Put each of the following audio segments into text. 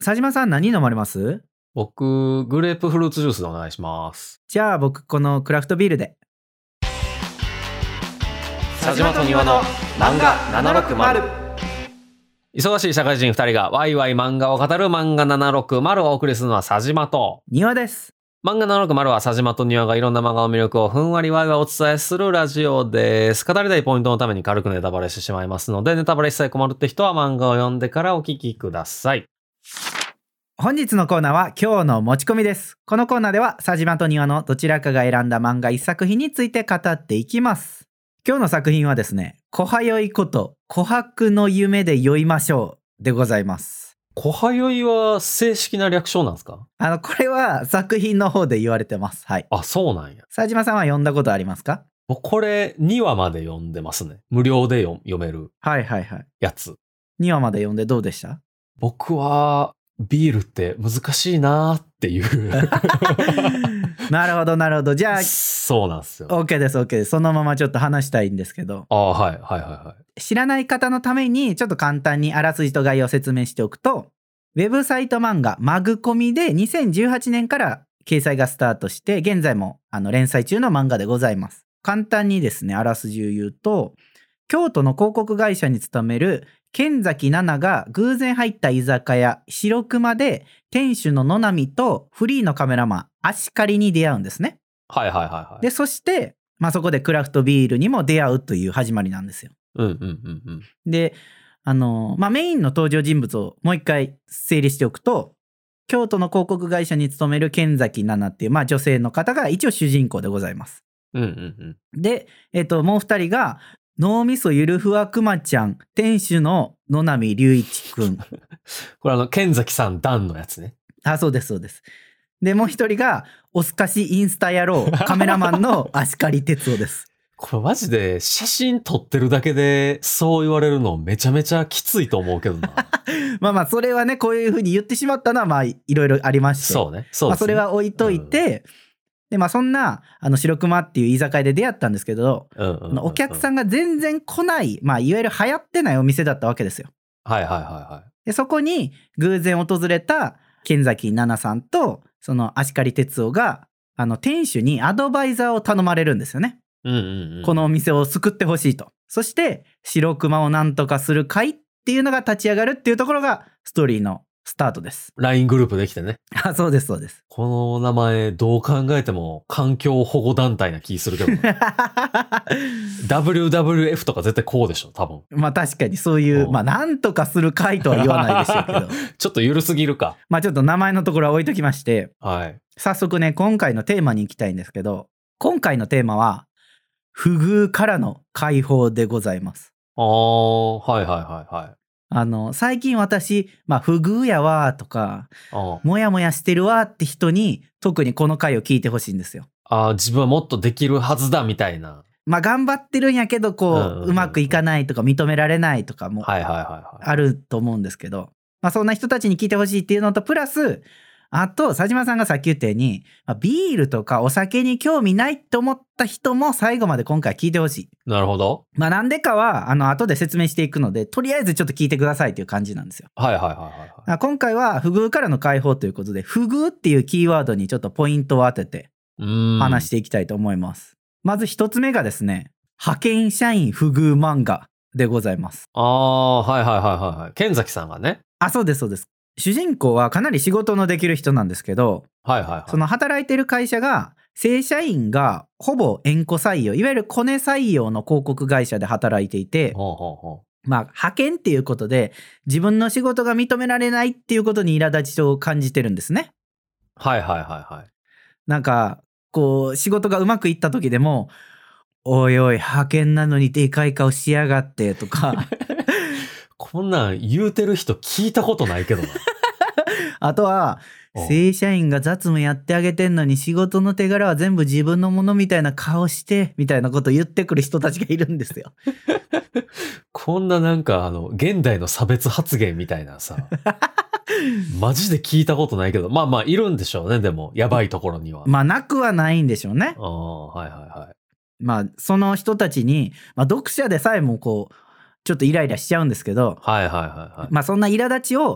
佐島さん何飲まれます？ 僕、グレープフルーツジュースでお願いします。 じゃあ僕このクラフトビールで。 佐島と庭の漫画760。忙しい社会人2人がワイワイ漫画を語る漫画760をお送りするのは佐島と庭です。 漫画760は佐島と庭がいろんな漫画の魅力をふんわりワイワイお伝えするラジオです。語りたいポイントのために軽くネタバレしてしまいますので、ネタバレ一切困るって人は漫画を読んでからお聞きください。 本日のコーナーは今日の持ち込みです。このコーナーでは佐島と庭のどちらかが選んだ漫画一作品について語っていきます。今日の作品はですね、小はよいこと琥珀の夢で酔いましょうでございます。 小はよいは正式な略称なんですか？ これは作品の方で言われてます。はい。 あ、そうなんや。 佐島さんは読んだことありますか？ これ2話まで読んでますね。無料で読めるはいはいはい。 やつ。 2話まで読んでどうでした？ 僕はビールって難しいなーっていうなるほどなるほど。じゃあそうなんですよ。 OK です OK です。そのままちょっと話したいんですけど、 はいはいはいはい。 知らない方のためにちょっと簡単にあらすじと概要を説明しておくと、ウェブサイト漫画マグコミで2018年から掲載がスタートして、現在も連載中の漫画でございます。簡単にですね、あらすじを言うと、京都の広告会社に勤める剣崎奈々が偶然入った居酒屋白熊で店主の野波とフリーのカメラマン足刈に出会うんですね。 はいはいはいはい。 でそして、そこでクラフトビールにも出会うという始まりなんですよ。 うんうんうんうん。 でメインの登場人物をもう一回整理しておくと、京都の広告会社に勤める剣崎奈々っていう、女性の方が一応主人公でございます。 うんうんうん。 で、もう二人が脳みそゆるふわくまちゃん、店主の野波隆一くん。 これ剣崎さんダンのやつね。 あ、そうですそうです。でもう一人がおすかしインスタ野郎カメラマンの足刈哲夫です。 これマジで写真撮ってるだけでそう言われるのめちゃめちゃきついと思うけどな。 それはね、こういう風に言ってしまったのはいろいろありまして、 そうねそうですね。 それは置いといて、でそんな白熊っていう居酒屋で出会ったんですけど、お客さんが全然来ない、いわゆる流行ってないお店だったわけですよ。 はいはいはいはい。 でそこに偶然訪れた剣崎奈々さんとその足刈哲夫が店主にアドバイザーを頼まれるんですよね。このお店を救ってほしいと。そして白熊をなんとかする会っていうのが立ち上がるっていうところがストーリーのスタートです。 LINE グループできてね。 あ、そうですそうです。 この名前どう考えても環境保護団体な気するけどWWF とか絶対こうでしょ多分。 確かにそういうなんとかする会とは言わないでしょうけどちょっと緩すぎるか。 ちょっと名前のところは置いときまして、 はい、 早速ね今回のテーマに行きたいんですけど、今回のテーマは不遇からの解放でございます。 はいはいはいはい。 最近私、不遇やわとかもやもやしてるわって人に特にこの回を聞いてほしいんですよ。 自分はもっとできるはずだみたいな。 頑張ってるんやけどうまくいかないとか認められないとかもあると思うんですけど、そんな人たちに聞いてほしいっていうのと、プラスあと佐島さんがさっき言ったように、ビールとかお酒に興味ないって思った人も最後まで今回聞いてほしい。 なるほど。 なんでかは後で説明していくので、とりあえずちょっと聞いてくださいっていう感じなんですよ。 はいはいはいはい。 今回は不遇からの解放ということで、不遇っていうキーワードにちょっとポイントを当てて話していきたいと思います。まず一つ目がですね、派遣社員不遇漫画でございます。 はいはいはいはい。剣崎さんがね。 そうですそうです。主人公はかなり仕事のできる人なんですけど、 はいはいはい、 その働いてる会社が正社員がほぼ縁故採用、いわゆるコネ採用の広告会社で働いていて、派遣っていうことで自分の仕事が認められないっていうことに苛立ちを感じてるんですね。 はいはいはいはい。 なんか仕事がうまくいった時でも、おいおい派遣なのにでかい顔しやがってとかこんなん言うてる人聞いたことないけどなあとは正社員が雑務やってあげてんのに仕事の手柄は全部自分のものみたいな顔してみたいなこと言ってくる人たちがいるんですよこんななんか現代の差別発言みたいなさマジで聞いたことないけど、いるんでしょうね。でもやばいところにはなくはないんでしょうね。 はいはいはい。 その人たちに、読者でさえもちょっとイライラしちゃうんですけど、 はいはいはいはい。 そんな苛立ちを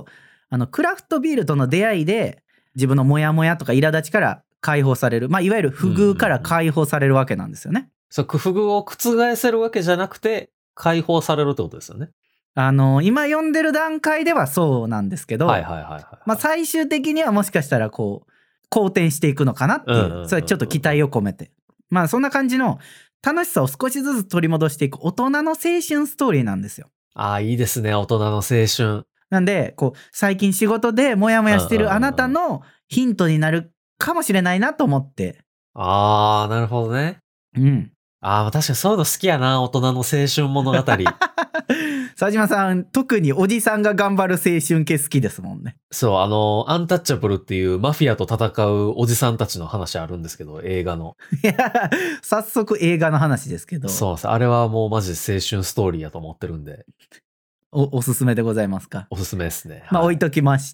クラフトビールとの出会いで自分のモヤモヤとか苛立ちから解放される、いわゆる不遇から解放されるわけなんですよね。 そう、不遇を覆せるわけじゃなくて解放されるってことですよね。 今読んでる段階ではそうなんですけど、最終的にはもしかしたらこう好転していくのかなっていう、それちょっと期待を込めて、そんな感じの楽しさを少しずつ取り戻していく大人の青春ストーリーなんですよ。 いいですね、大人の青春。 なんでこう最近仕事でモヤモヤしてるあなたのヒントになるかもしれないなと思って。 なるほどね。確かにそういうの好きやな、大人の青春物語。 佐島さん、特におじさんが頑張る青春系好きですもんね。 そう、アンタッチャブルっていうマフィアと戦うおじさんたちの話あるんですけど、映画の。 いや、早速映画の話ですけど。 そうです。あれはもうマジで青春ストーリーやと思ってるんで。 おすすめでございますか？ おすすめですね。 置いときまして。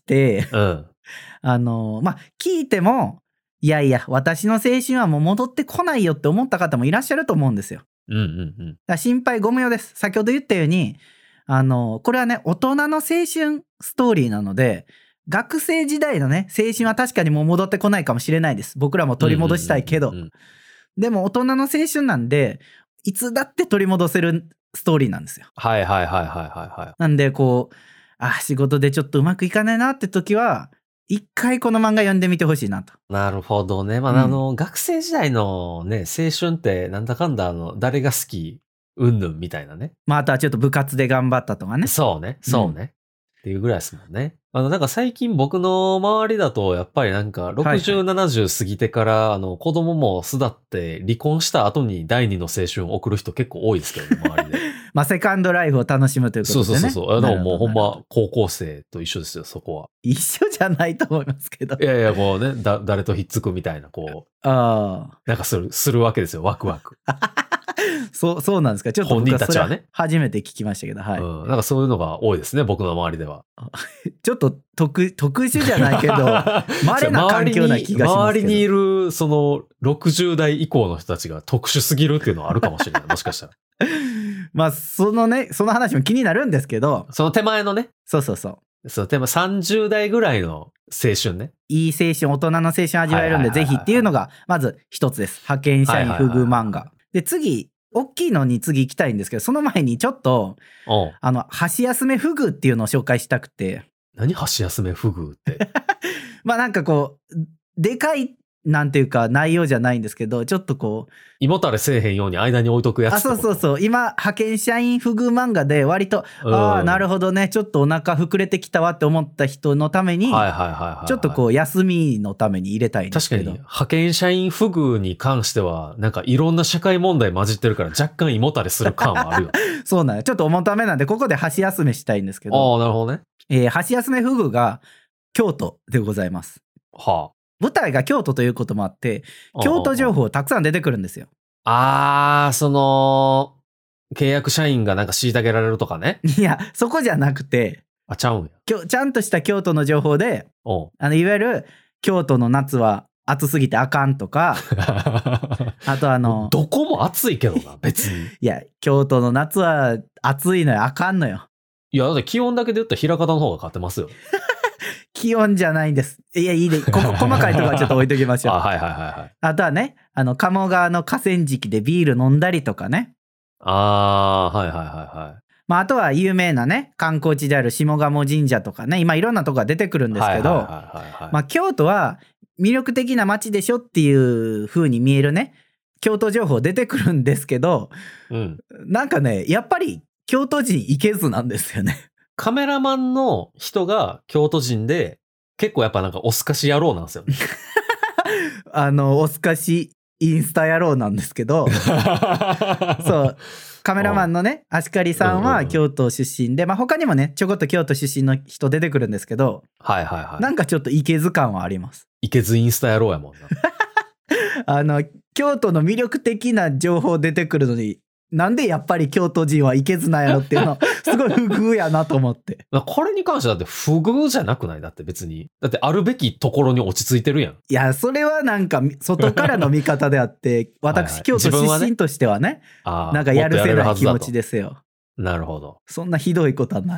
聞いても、いやいや、私の青春はもう戻ってこないよって思った方もいらっしゃると思うんですよ。だから心配ご無用です。先ほど言ったように、これはね、大人の青春ストーリーなので、学生時代のね、青春は確かにもう戻ってこないかもしれないです。僕らも取り戻したいけど。でも大人の青春なんで、いつだって取り戻せるストーリーなんですよ。なんでこう、仕事でちょっとうまくいかないなって時は、一回この漫画読んでみてほしいなと。 なるほどね。学生時代のね、青春ってなんだかんだ誰が好きうんぬんみたいなね。 あとはちょっと部活で頑張ったとかね。 そうね。っていうぐらいですもんね。なんか最近僕の周りだと、やっぱりなんか60、70過ぎてから、子供も巣立って離婚した後に第二の青春を送る人結構多いですけどね、周りで。 セカンドライフを楽しむということでね。 そう。でももうほんま高校生と一緒ですよ、そこは。 一緒じゃないと思いますけど。 いや、こうね、誰とひっつくみたいな、こう。なんかするわけですよ、ワクワク。 そうなんですか。ちょっと本人たちはね。 初めて聞きましたけど、 なんかそういうのが多いですね、僕の周りでは。 ちょっと特殊じゃないけど、稀な環境な気がしますけど。 周りにいる、その、60代以降の人たちが特殊すぎるっていうのはあるかもしれない、もしかしたら。 その話も気になるんですけど。 その手前のね。 そう。 その手前30代ぐらいの青春ね。 いい青春、大人の青春味わえるんで、ぜひっていうのが、まず一つです。派遣社員不遇漫画。で、次、大きいのに次行きたいんですけど、その前にちょっと、箸休め不遇っていうのを紹介したくて。 何箸休め不遇って。 なんかこう、でかい、なんていうか内容じゃないんですけど、ちょっとこう胃もたれせえへんように間に置いとくやつ。 そう今派遣社員不遇漫画で割となるほどね、ちょっとお腹膨れてきたわって思った人のためにちょっとこう休みのために入れたいんですけど。 確かに派遣社員不遇に関してはなんかいろんな社会問題混じってるから若干胃もたれする感はあるよ。 そうなんよ。ちょっと重ためなんでここで箸休めしたいんですけど。 なるほどね。 箸休め不遇が京都でございます。舞台が京都ということもあって、京都情報たくさん出てくるんですよ。 その、契約社員がなんか虐げられるとかね。 いや、そこじゃなくて、 ちゃうんや。 ちゃんとした京都の情報で、いわゆる京都の夏は暑すぎてあかんとか、あとどこも暑いけどな、別に。 いや、京都の夏は暑いのよ、あかんのよ。 いや、だって気温だけで言ったら枚方の方が勝ってますよ。 気温じゃないんです。いや、いいで、細かいところはちょっと置いときましょう。あとはね、鴨川の河川敷でビール飲んだりとかね。 あとは有名なね、観光地である下鴨神社とかね、今いろんなとこが出てくるんですけど、京都は魅力的な街でしょっていう風に見えるね、京都情報出てくるんですけど、なんかね、やっぱり京都人行けずなんですよね。 カメラマンの人が京都人で、結構やっぱなんかおすかし野郎なんですよね。 おすかしインスタ野郎なんですけど、そう、カメラマンのね、足刈さんは京都出身で、他にもね、ちょこっと京都出身の人出てくるんですけど、なんかちょっといけず感はあります。 いけずインスタ野郎やもんな。京都の魅力的な情報出てくるのに、なんでやっぱり京都人はいけずなんやろっていうのすごい不遇やなと思って。 これに関してはだって不遇じゃなくない？だって別に。だってあるべきところに落ち着いてるやん。いや、それはなんか外からの見方であって、私京都出身としてはね、なんかやるせない気持ちですよ。 なるほど。 そんなひどいことはない。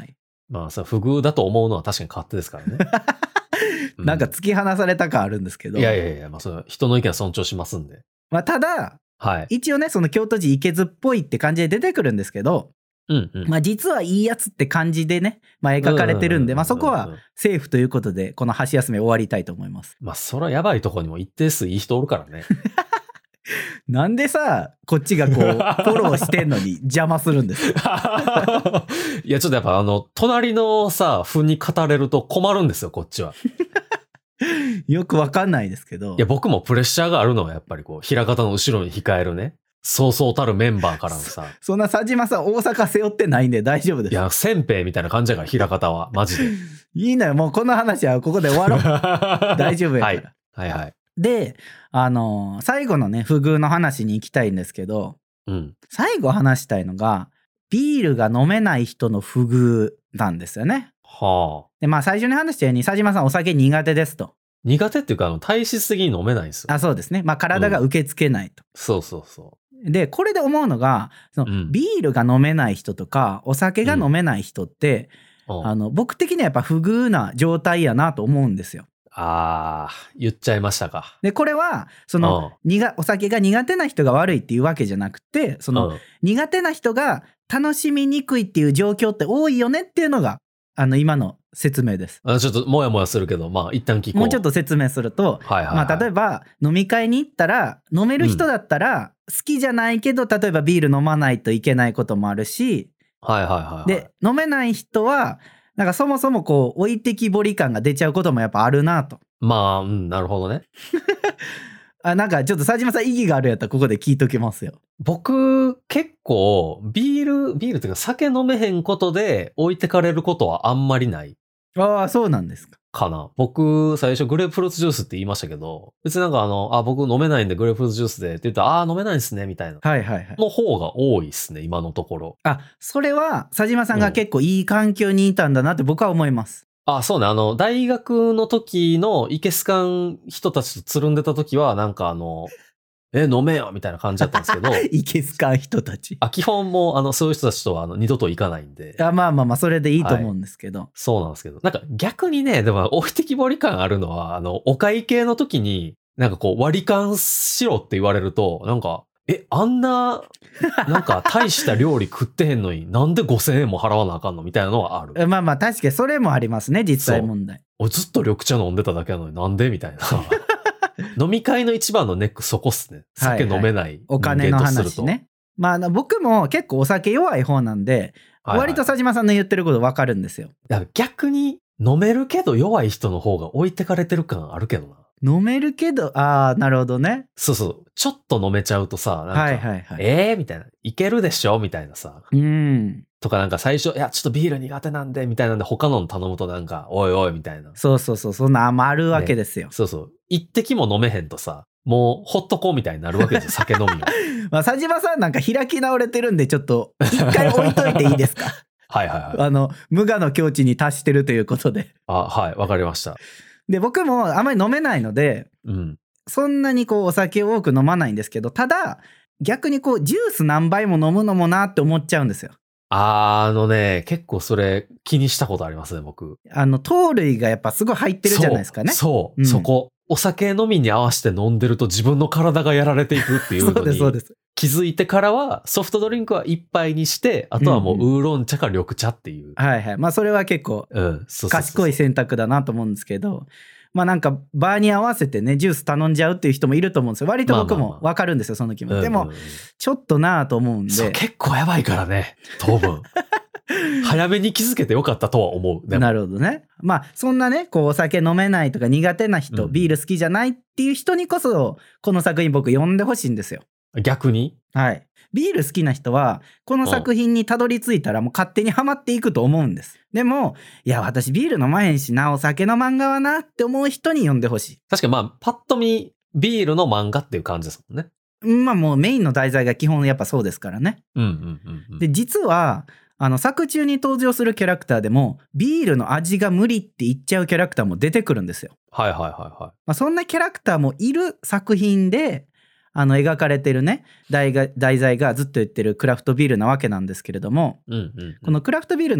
まあさ、不遇だと思うのは確かに勝手ですからね。 なんか突き放された感あるんですけど。 いやいやいや、まあそれ人の意見は尊重しますんで。 まあただ、 はい。 一応ね、その京都寺池津っぽいって感じで出てくるんですけど、 うんうん。 まあ実はいいやつって感じでね、まあ描かれてるんで、まあそこはセーフということで、この箸休め終わりたいと思います。 まあそらやばいとこにも一定数いい人おるからね。 なんでさ、こっちがこう、フォローしてんのに邪魔するんですか。 いや、ちょっとやっぱ隣のさ、風に語れると困るんですよ、こっちは。 よくわかんないですけど。 いや、僕もプレッシャーがあるのはやっぱりこう、平方の後ろに控えるね、そうそうたるメンバーからのさ。 そんな佐島さん大阪背負ってないんで大丈夫です。 いや、先兵みたいな感じやから、平方は。マジで。 いいのよ、もうこの話はここで終わろう。大丈夫やから。 はいはい。 で、最後のね、不遇の話に行きたいんですけど、最後話したいのが、ビールが飲めない人の不遇なんですよね。 はあ。 で、まあ最初に話したように、佐島さんお酒苦手ですと。 苦手っていうか、体質的に飲めないんですよ。 あ、そうですね。まあ体が受け付けないと。 そうそうそう。 で、これで思うのが、ビールが飲めない人とか、お酒が飲めない人って、僕的にはやっぱ不遇な状態やなと思うんですよ。 ああ、言っちゃいましたか。 で、これは、お酒が苦手な人が悪いっていうわけじゃなくて、苦手な人が楽しみにくいっていう状況って多いよねっていうのが、今の説明です。 ちょっともやもやするけど、まあ一旦聞こう。 もうちょっと説明すると、まあ例えば飲み会に行ったら、飲める人だったら、好きじゃないけど、例えばビール飲まないといけないこともあるし、で、飲めない人は、なんかそもそもこう置いてきぼり感が出ちゃうこともやっぱあるなと。 まあ、なるほどね。 なんかちょっと佐島さん意義があるやったらここで聞いときますよ。 僕結構ビールっていうか酒飲めへんことで置いてかれることはあんまりない。 ああ、そうなんですか。 かな。僕最初グレープフルーツジュースって言いましたけど、別になんか僕飲めないんでグレープフルーツジュースでって言ったら、飲めないんすねみたいな。の方が多いですね、今のところ。 それは佐島さんが結構いい環境にいたんだなって僕は思います。 そうね。大学の時のイケスカン人たちとつるんでた時は、なんか飲めよみたいな感じだったんですけど。 イケスカン人たち。 基本もそういう人たちとは二度と行かないんで。 まあ、それでいいと思うんですけど。 そうなんですけど。なんか逆にね、でも置いてきぼり感あるのは、お会計の時に、なんかこう割り勘しろって言われると、なんか、あんな、なんか大した料理食ってへんのになんで5000円も払わなあかんのみたいなのはある。 まあ確かにそれもありますね、実際問題。 ずっと緑茶飲んでただけなのになんでみたいな。飲み会の一番のネックそこっすね。酒飲めない人間とすると。 お金の話ね。まあ僕も結構お酒弱い方なんで、割と佐島さんの言ってること分かるんですよ。 逆に飲めるけど弱い人の方が置いてかれてる感あるけどな。 飲めるけど、なるほどね。 そうそう。ちょっと飲めちゃうとさ、なんか、みたいな。いけるでしょみたいなさ。とかなんか最初、いや、ちょっとビール苦手なんで、みたいなんで他の頼むとなんか、おいおい、みたいな。 そう、そんなあるわけですよ。 そうそう。一滴も飲めへんとさ、もうほっとこうみたいになるわけですよ、酒飲みを。 まあ、佐島さんなんか開き直れてるんで、ちょっと一回置いといていいですか。無我の境地に達してるということで。 はい、わかりました。 で、僕もあまり飲めないので、そんなにこうお酒を多く飲まないんですけど、ただ逆にこうジュース何杯も飲むのもなって思っちゃうんですよ。 結構それ気にしたことありますね、僕。 糖類がやっぱすごい入ってるじゃないですかね。 そこ。お酒飲みに合わせて飲んでると自分の体がやられていくっていうのにそうです。 気づいてからはソフトドリンクは一杯にして、あとはもうウーロン茶か緑茶っていう。 まあそれは結構賢い選択だなと思うんですけど、まあなんか場に合わせてねジュース頼んじゃうっていう人もいると思うんですよ。割と僕も分かるんですよ、その気持ち。でもちょっとなぁと思うんで。 結構やばいからね、糖分。早めに気づけてよかったとは思う。 なるほどね。まあそんなねこうお酒飲めないとか苦手な人、ビール好きじゃないっていう人にこそこの作品僕読んでほしいんですよ。 逆に？ ビール好きな人はこの作品にたどり着いたらもう勝手にハマっていくと思うんです。でもいや私ビール飲まへんしな、お酒の漫画はなって思う人に読んでほしい。 確かにまあパッと見ビールの漫画っていう感じですもんね。 まあもうメインの題材が基本やっぱそうですからね。で実は作中に登場するキャラクターでもビールの味が無理って言っちゃうキャラクターも出てくるんですよ。まあ、そんなキャラクターもいる作品で描かれてるね題材がずっと言ってるクラフトビールなわけなんですけれども、このクラフトビールの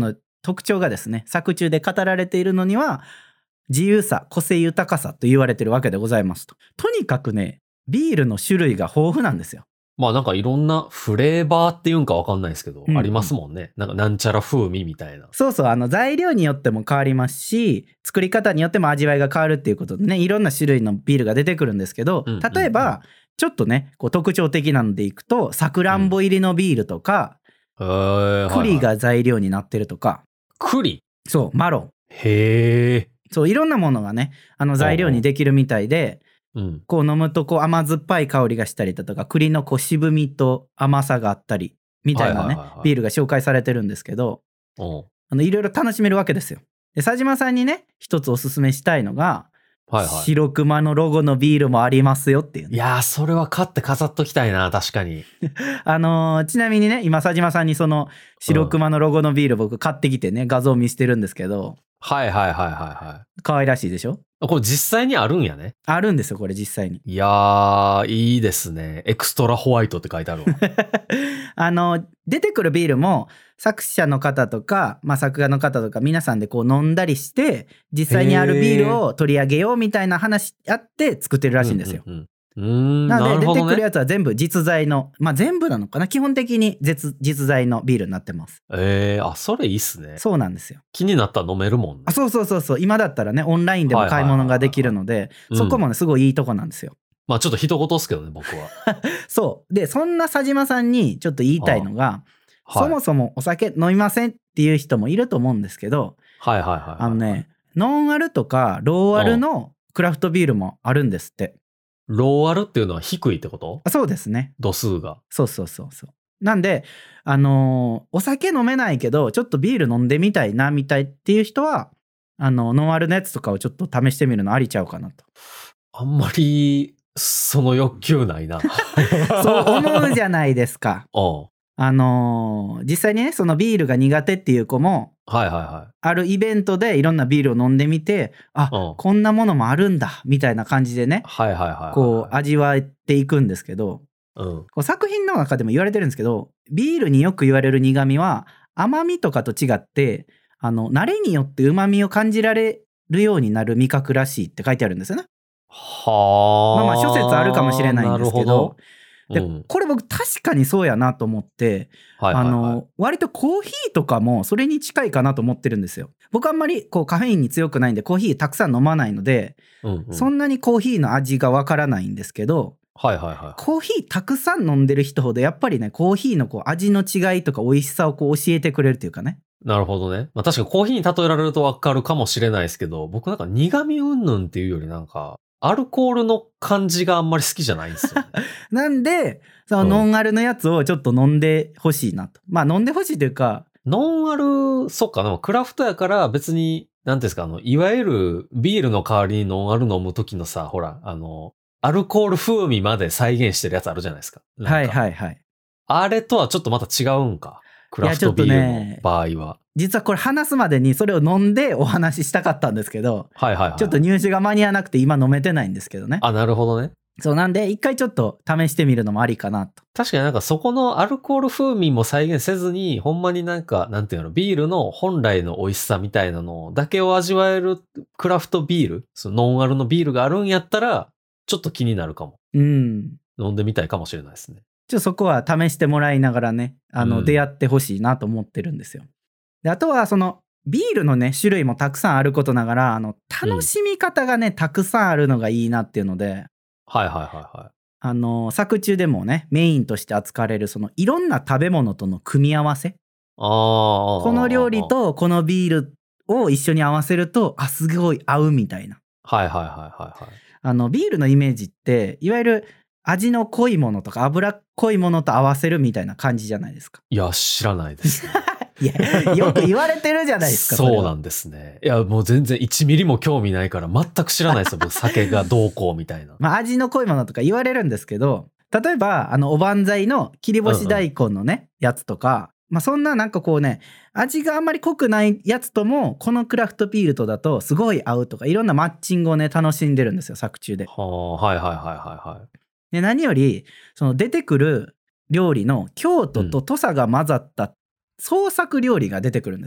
特徴がですね、作中で語られているのには、自由さ、個性豊かさと言われているわけでございますと。とにかくね、ビールの種類が豊富なんですよ。 まあなんかいろんなフレーバーっていうんかわかんないですけど、 うんうんありますもんね。なんかなんちゃら風味みたいな。 そうそう、材料によっても変わりますし、作り方によっても味わいが変わるっていうことでね、いろんな種類のビールが出てくるんですけど、 うんうんうん例えば、ちょっとね、こう特徴的なのでいくと、さくらんぼ入りのビールとか、栗が材料になってるとか、 栗そう、マロン。 へえ。 そう、いろんなものがね、材料にできるみたいで、 うん。 こう飲むとこう甘酸っぱい香りがしたりだとか、栗のこう渋みと甘さがあったり、みたいなね、 はいはいはいはいビールが紹介されてるんですけど、いろいろ楽しめるわけですよ。で、佐島さんにね、一つおすすめしたいのが、 はいはい。 白熊のロゴのビールもありますよっていうね。 いやー、それは買って飾っときたいな、確かに。 ちなみにね、今佐島さんにその白熊のロゴのビール僕買ってきてね、画像見せてるんですけど、 はいはいはいはいは可愛らしいでしょ？ い。これ実際にあるんやね。 あるんですよ、これ実際に。 いやー、いいですね。エクストラホワイトって書いてあるわ。 出てくるビールも作者の方とか、まあ、作画の方とか皆さんでこう飲んだりして実際にあるビールを取り上げようみたいな話あって作ってるらしいんですよ。なので出てくるやつは全部実在の、まあ全部なのかな、基本的に実在のビールになってます。 あ、それいいっすね。 そうなんですよ。 気になったら飲めるもんね。 あ、そう。今だったらね、オンラインでも買い物ができるので、そこもね、すごいいいとこなんですよ。 まあちょっと一言っすけどね、僕は。 そう。で、そんな佐島さんにちょっと言いたいのが、そもそもお酒飲みませんっていう人もいると思うんですけど、ノンアルとかローアルのクラフトビールもあるんですって。 ローアルっていうのは低いってこと？ そうですね。 度数が。 そう。なんで、お酒飲めないけど、ちょっとビール飲んでみたいな、みたいっていう人は、ノンアルのやつとかをちょっと試してみるのありちゃうかなと。 あんまり、その欲求ないな。 そう思うじゃないですか。実際にね、そのビールが苦手っていう子も、あるイベントでいろんなビールを飲んでみて、こんなものもあるんだみたいな感じでね、こう味わっていくんですけど、こう作品の中でも言われてるんですけど、ビールによく言われる苦味は甘みとかと違って慣れによって旨味を感じられるようになる味覚らしいって書いてあるんですよね。まあ諸説あるかもしれないんですけど、でこれ僕確かにそうやなと思って、割とコーヒーとかもそれに近いかなと思ってるんですよ。僕あんまりこうカフェインに強くないんでコーヒーたくさん飲まないので、そんなにコーヒーの味がわからないんですけど、コーヒーたくさん飲んでる人ほどやっぱりね、コーヒーのこう味の違いとか美味しさをこう教えてくれるというかね。 なるほどね。まあ確かにコーヒーに例えられるとわかるかもしれないですけど、僕なんか苦味云々っていうよりなんか、アルコールの感じがあんまり好きじゃないんですよね。 なんで、そのノンアルのやつをちょっと飲んでほしいなと。まあ飲んでほしいというか。 ノンアル、そっか、でもクラフトやから別に、なんていうんですか、いわゆるビールの代わりにノンアル飲む時のさ、ほら、アルコール風味まで再現してるやつあるじゃないですか。あれとはちょっとまた違うんか。クラフトビールの場合は。 実はこれ話すまでにそれを飲んでお話ししたかったんですけど、ちょっと入手が間に合わなくて今飲めてないんですけどね。 あ、なるほどね。 そうなんで一回ちょっと試してみるのもありかなと。 確かになんかそこのアルコール風味も再現せずに、ほんまになんか、なんていうの、ビールの本来の美味しさみたいなのだけを味わえるクラフトビール、そのノンアルのビールがあるんやったら、ちょっと気になるかも。飲んでみたいかもしれないですね。 そこは試してもらいながらね、出会ってほしいなと思ってるんですよ。で、あとはそのビールのね、種類もたくさんあることながら、楽しみ方がね、たくさんあるのがいいなっていうので、作中でもね、メインとして扱われるそのいろんな食べ物との組み合わせ。この料理とこのビールを一緒に合わせると、すごい合うみたいな。ビールのイメージって、いわゆる味の濃いものとか脂っこいものと合わせるみたいな感じじゃないですか。 いや、知らないです、ね。 いや、よく言われてるじゃないですか。 そうなんですね。いや、もう全然1ミリも興味ないから全く知らないですよ。酒がどうこうみたいな。 まあ、味の濃いものとか言われるんですけど、例えば、おばんざいの切り干し大根のね、やつとか、まあ、そんななんかこうね、味があんまり濃くないやつとも、このクラフトビールとだとすごい合うとか、いろんなマッチングをね、楽しんでるんですよ、作中で。で、何より、その出てくる料理の京都と土佐が混ざった創作料理が出てくるんですよね。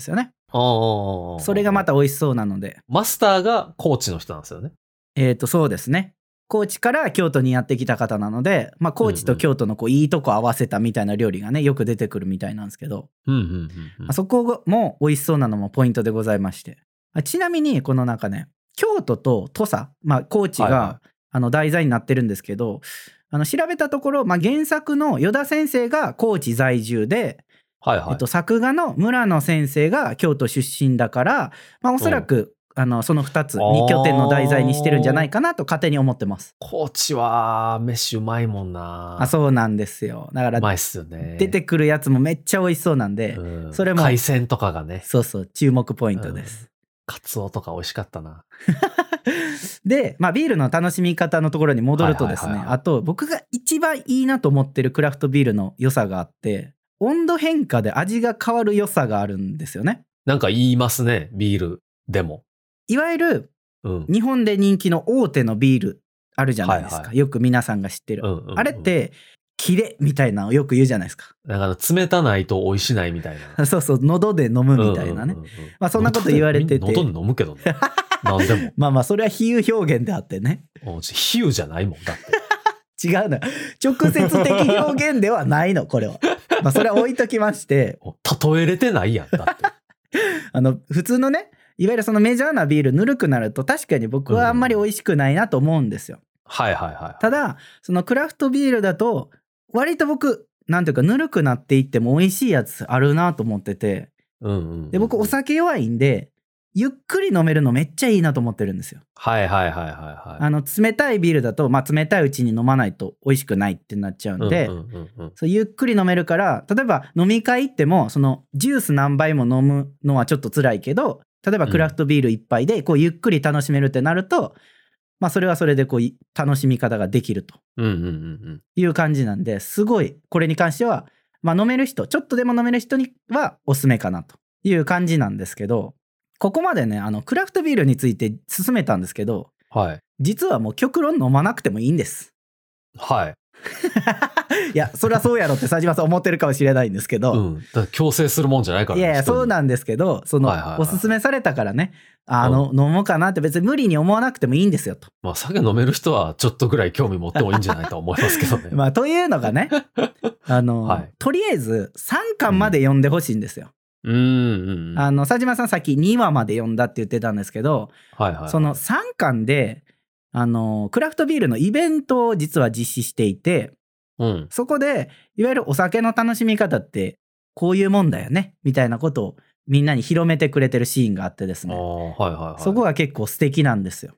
そそれがまた美味しそうなので。 マスターが高知の人なんですよね。 そうですね。高知から京都にやってきた方なので、まあ、高知と京都のこういいとこ合わせたみたいな料理がね、よく出てくるみたいなんですけど、まあ、そこも美味しそうなのもポイントでございまして。ちなみに、このなんかね、京都と土佐、まあ、高知が、題材になってるんですけど、調べたところ、まあ、原作の依田先生が高知在住で、作画の村野先生が京都出身だから、まあ、おそらく、その2つ2拠点の題材にしてるんじゃないかなと勝手に思ってます。 高知は飯うまいもんな。 そうなんですよ。だからうまいっすよね。 出てくるやつもめっちゃ美味しそうなんで、それも海鮮とかがね。 そう注目ポイントです。 カツオとか美味しかったな。 で、まあ、ビールの楽しみ方のところに戻るとですね、あと僕が一番いいなと思ってるクラフトビールの良さがあって、温度変化で味が変わる良さがあるんですよね。 なんか言いますね、ビールでも。 いわゆる、日本で人気の大手のビールあるじゃないですか。よく皆さんが知ってる。あれって、キレみたいなのをよく言うじゃないですか。 なんか冷たないと美味しないみたいな。 そう喉で飲むみたいなね。まあそんなこと言われてて。 喉で飲むけどね。何でも。 まあそれは比喩表現であってね。 比喩じゃないもんだって。 違うの。直接的表現ではないの、これは。まあそれは置いときまして。 例えれてないやん、だって。 普通のね、いわゆるそのメジャーなビールぬるくなると確かに僕はあんまり美味しくないなと思うんですよ。ただ、そのクラフトビールだと、割と僕、なんていうか、ぬるくなっていっても美味しいやつあるなと思ってて。で、僕お酒弱いんで、ゆっくり飲めるのめっちゃいいなと思ってるんですよ。冷たいビールだと、まあ冷たいうちに飲まないと美味しくないってなっちゃうんで、そうゆっくり飲めるから、例えば飲み会行っても、そのジュース何杯も飲むのはちょっと辛いけど、例えばクラフトビール一杯でこうゆっくり楽しめるってなると、まあそれはそれでこう楽しみ方ができるという感じなんで、すごいこれに関しては、まあ飲める人、ちょっとでも飲める人にはおすすめかなという感じなんですけど、ここまでね、クラフトビールについて進めたんですけど、実はもう極論飲まなくてもいいんです。いや、それはそうやろって佐島さん思ってるかもしれないんですけど、 だ強制するもんじゃないから、 ね、いやそうなんですけど、その、おすすめされたからね、飲もうかなって別に無理に思わなくてもいいんですよと。 まあ酒飲める人はちょっとぐらい興味持ってもいいんじゃないと思いますけどね。 まあというのがね、とりあえず3巻まで読んでほしいんですよ。佐島さんさっき2話まで読んだって言ってたんですけど、その3巻でクラフトビールのイベントを実は実施していて、そこでいわゆるお酒の楽しみ方ってこういうもんだよねみたいなことをみんなに広めてくれてるシーンがあってですね、そこが結構素敵なんですよ。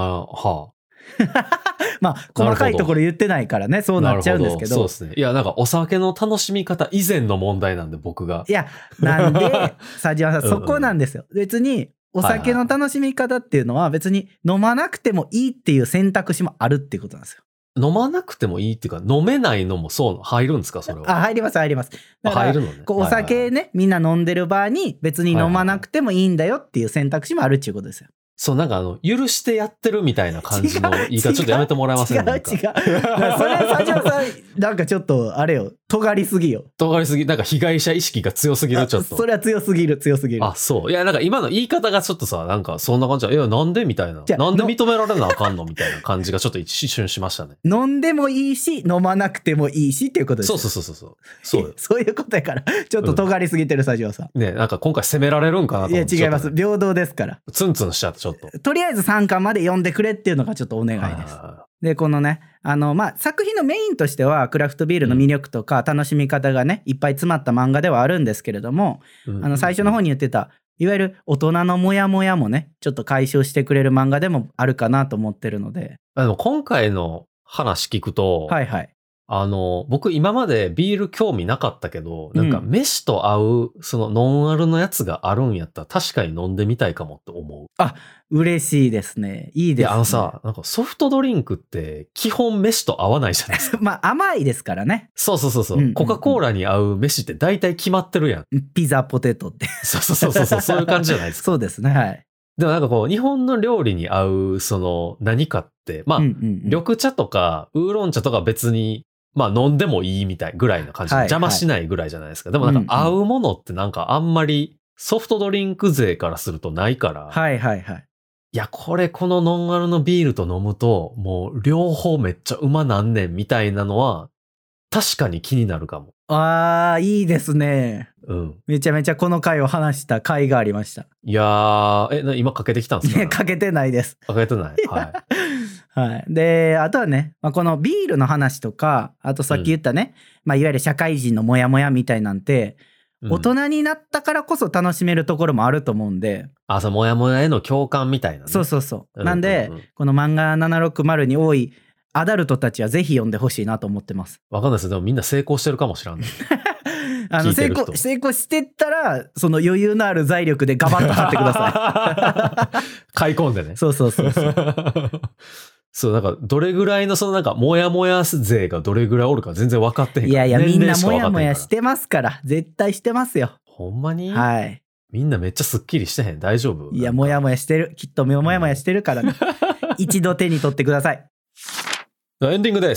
まあ細かいところ言ってないからね、そうなっちゃうんですけど。 そうですね。いやなんかお酒の楽しみ方以前の問題なんで僕が。 いやなんで佐島さんそこなんですよ。別にお酒の楽しみ方っていうのは別に飲まなくてもいいっていう選択肢もあるっていうことなんですよ。 飲まなくてもいいっていうか飲めないのもそう入るんですか、それは。 入ります。だから入るのね。 お酒ね、みんな飲んでる場合に別に飲まなくてもいいんだよっていう選択肢もあるっていうことですよ。 そう、なんか許してやってるみたいな感じの言い方ちょっとやめてもらえませんか？ 違う。それ佐島さん、なんかちょっとあれよ、尖りすぎよ。 なんか被害者意識が強すぎる、ちょっと。 それは強すぎる。 あ、そう。いや、なんか今の言い方がちょっとさ、なんかそんな感じいや、なんでみたいな。なんで認められなあかんのみたいな感じがちょっと一瞬しましたね。 飲んでもいいし、飲まなくてもいいしっていうことですよ。そういうことやから、ちょっと尖りすぎてる佐島さん。 ね、なんか今回責められるんかなと思って。 いや、違います。平等ですから。 ツンツンしちゃって、ちょっと。 とりあえず3巻まで読んでくれっていうのがちょっとお願いです。で、このね、まあ、作品のメインとしては、クラフトビールの魅力とか楽しみ方がね、いっぱい詰まった漫画ではあるんですけれども、最初の方に言ってた、いわゆる大人のモヤモヤもね、ちょっと解消してくれる漫画でもあるかなと思ってるので。 でも今回の話聞くと、僕今までビール興味なかったけど、なんか飯と合う、そのノンアルのやつがあるんやったら確かに飲んでみたいかもって思う。 あ、嬉しいですね。いいですね。 さ、なんかソフトドリンクって基本飯と合わないじゃないですか。 まあ甘いですからね。 そう。コカ・コーラに合う飯って大体決まってるやん。 ピザ、ポテトって。 そういう感じじゃないですか。 そうですね、はい。 でもなんかこう、日本の料理に合う、その何かって、まあ、緑茶とかウーロン茶とか別に、まあ飲んでもいいみたいぐらいの感じ、邪魔しないぐらいじゃないですか。でもなんか合うものってなんかあんまりソフトドリンク勢からするとないから。 はいはいはい。 いや、このノンアルのビールと飲むと、もう両方めっちゃうまなんねんみたいなのは、確かに気になるかも。 あー、いいですね。 うん。 めちゃめちゃこの回を話した回がありました。 いやー、今かけてきたんですか？ いや、かけてないです。 かけてない。はい。 はい。で、あとはね、このビールの話とか、あとさっき言ったね、いわゆる社会人のモヤモヤみたいなんて、大人になったからこそ楽しめるところもあると思うんで。 そう、モヤモヤへの共感みたいなね。 そうそうそう。なんで、この漫画760に多いアダルトたちはぜひ読んでほしいなと思ってます。 わかんないです。でもみんな成功してるかもしれんね。 成功してったら、その余裕のある財力でガバッと買ってください。買い込んでね。 そう。 そう、なんか、どれぐらいのなんか、モヤモヤ勢がどれぐらいおるか全然分かってへんから。 いや、みんなモヤモヤしてますから。絶対してますよ。 ほんまに？ はい。 みんなめっちゃスッキリしてへん？大丈夫？ いや、モヤモヤしてる。きっとモヤモヤしてるからね。一度手に取ってください。 エンディングです。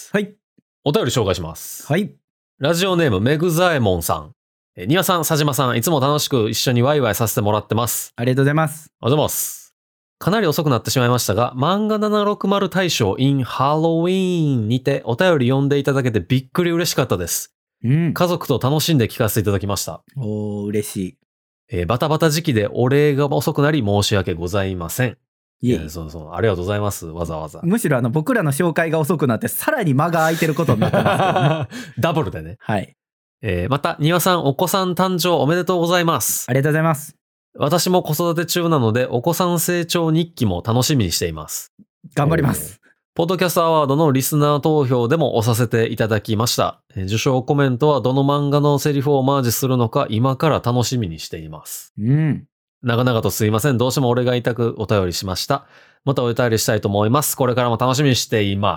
はい。 お便り紹介します。 はい。 ラジオネームメグザエモンさん。庭さん、佐島さん、いつも楽しく一緒にワイワイさせてもらってます。 ありがとうございます。 ありがとうございます。かなり遅くなってしまいましたが、漫画760大賞 in ハロウィーンにてお便り読んでいただけてびっくり嬉しかったです。家族と楽しんで聞かせていただきました。 嬉しい。バタバタ時期でお礼が遅くなり申し訳ございません。そう、ありがとうございます。わざわざ。 むしろ僕らの紹介が遅くなってさらに間が空いてることになってますけどね。 ダブルでね。 はい。 また、庭さん、お子さん誕生おめでとうございます。 ありがとうございます。 私も子育て中なので、お子さん成長日記も楽しみにしています。 頑張ります。 ポッドキャストアワードのリスナー投票でも押させていただきました。受賞コメントはどの漫画のセリフをオマージュするのか今から楽しみにしています。長々とすいません。どうしても俺が言いたくお便りしました。またお便りしたいと思います。これからも楽しみにしています。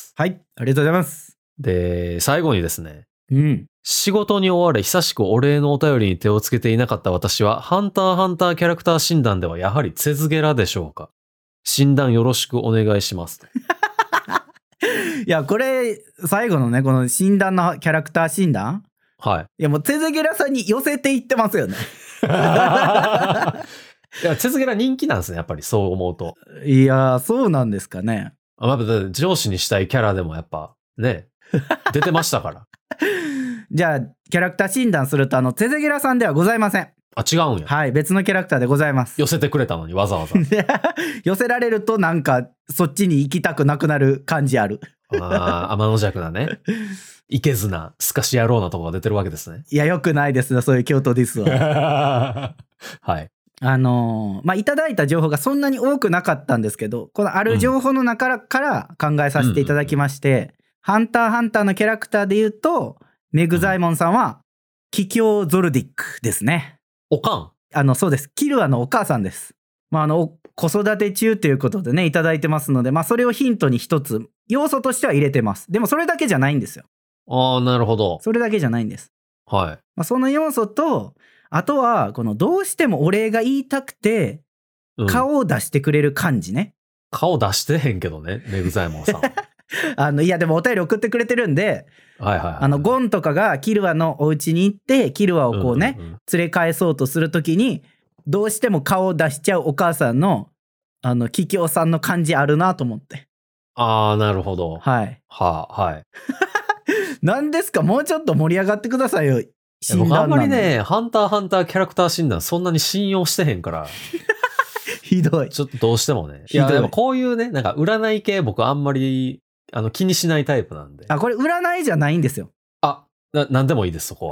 はい、ありがとうございます。 で、最後にですね。仕事に追われ久しくお礼のお便りに手をつけていなかった私は、ハンターハンターキャラクター診断ではやはりツェズゲラでしょうか？診断よろしくお願いします。 いや、これ、最後のね、この診断のキャラクター診断？ はい。 いや、もうツェズゲラさんに寄せていってますよね。 いや、ツェズゲラ人気なんですね、やっぱりそう思うと。 いや、そうなんですかね。 上司にしたいキャラでもやっぱ、ね、出てましたから。 じゃあ、キャラクター診断すると、ツェズゲラさんではございません。 違うんや。 はい、別のキャラクターでございます。 寄せてくれたのに、わざわざ。 寄せられるとなんか、そっちに行きたくなくなる感じある。 天の弱なね。いけずな、すかし野郎なとこが出てるわけですね。 いや、よくないですね、そういう京都ディスは。 はい。 いただいた情報がそんなに多くなかったんですけど、このある情報の中から考えさせていただきまして、ハンターハンターのキャラクターで言うと、メグザイモンさんは、キキョウゾルディックですね。 おかん？ そうです。キルアのお母さんです。子育て中ということでね、いただいてますので、それをヒントに一つ、要素としては入れてます。でもそれだけじゃないんですよ。 なるほど。 それだけじゃないんです。 はい。 その要素と、あとは、どうしてもお礼が言いたくて、顔を出してくれる感じね。 顔出してへんけどね、メグザイモンさん。 いや、でもお便り送ってくれてるんで、 はい。 ゴンとかがキルアのお家に行って、キルアをこうね、連れ返そうとするときに、どうしても顔を出しちゃうお母さんの、キキョウさんの感じあるなと思って。 なるほど。 はい。 はい。 何ですか？もうちょっと盛り上がってくださいよ。 僕あんまりね、ハンターハンターキャラクター診断そんなに信用してへんから。 ひどい。 ちょっとどうしてもね。いや、でもこういうね、なんか占い系僕あんまり、気にしないタイプなんで。 これ占いじゃないんですよ。 なんでもいいです、そこは。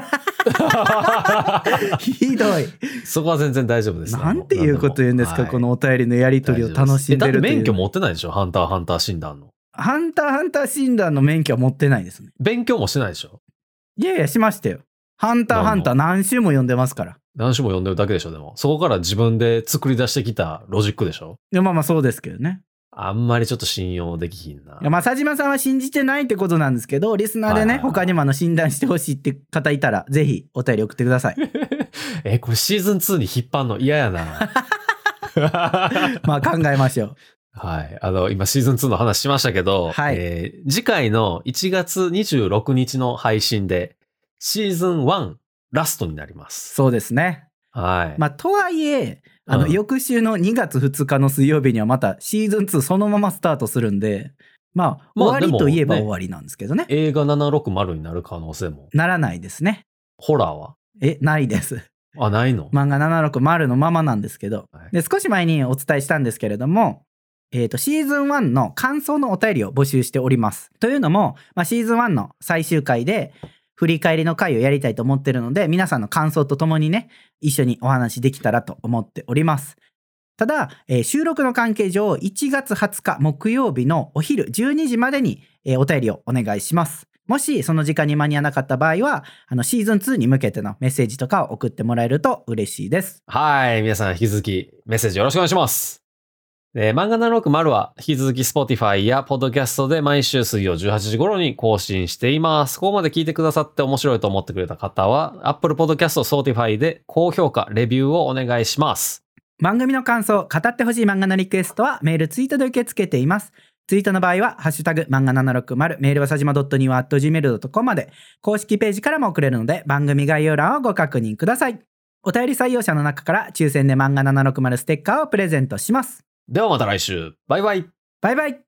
ひどい。 そこは全然大丈夫です。 なんていうこと言うんですか、このお便りのやり取りを楽しんでるという。 免許持ってないでしょ？ハンターハンター診断の。 ハンターハンター診断の免許は持ってないですね。 勉強もしてないでしょ？ いやいや、しましたよ。ハンターハンター何週も読んでますから。 何週も読んでるだけでしょ？でもそこから自分で作り出してきたロジックでしょ？ いや、そうですけどね。 あんまりちょっと信用できひんな。 いや、佐島さんは信じてないってことなんですけど、リスナーでね、他にも診断してほしいって方いたら、ぜひお便り送ってください。 これシーズン2に引っ張んの嫌やな。 考えましょう。 はい。今シーズン2の話しましたけど、次回の1月26日の配信で、シーズン1ラストになります。 そうですね。 はい。 まあ、とはいえ、 うん翌週の2月2日の水曜日にはまたシーズン2そのままスタートするんで、まあ、終わりといえばでもね終わりなんですけどね。 映画760になる可能性も。 ならないですね。 ホラーはないです。 ないの漫画760のままなんですけど。 はいで、少し前にお伝えしたんですけれども、シーズン1の感想のお便りを募集しております。というのも、シーズン1の最終回で振り返りの回をやりたいと思ってるので、皆さんの感想とともにね、一緒にお話できたらと思っております。ただ、収録の関係上、1月20日木曜日のお昼12時までに、お便りをお願いします。もしその時間に間に合わなかった場合は、シーズン2に向けてのメッセージとかを送ってもらえると嬉しいです。 はい。皆さん引き続きメッセージよろしくお願いします。漫画760は引き続き Spotify や Podcast で毎週水曜18時頃に更新しています。ここまで聞いてくださって面白いと思ってくれた方は Apple Podcast、Spotify で高評価、レビューをお願いします。 番組の感想、語ってほしい漫画のリクエストはメール、ツイートで受け付けています。ツイートの場合は、ハッシュタグ、漫画760、メールはさじま .niwa@gmail.com まで、公式ページからも送れるので、番組概要欄をご確認ください。お便り採用者の中から抽選で漫画760ステッカーをプレゼントします。 ではまた来週。バイバイ。 バイバイ。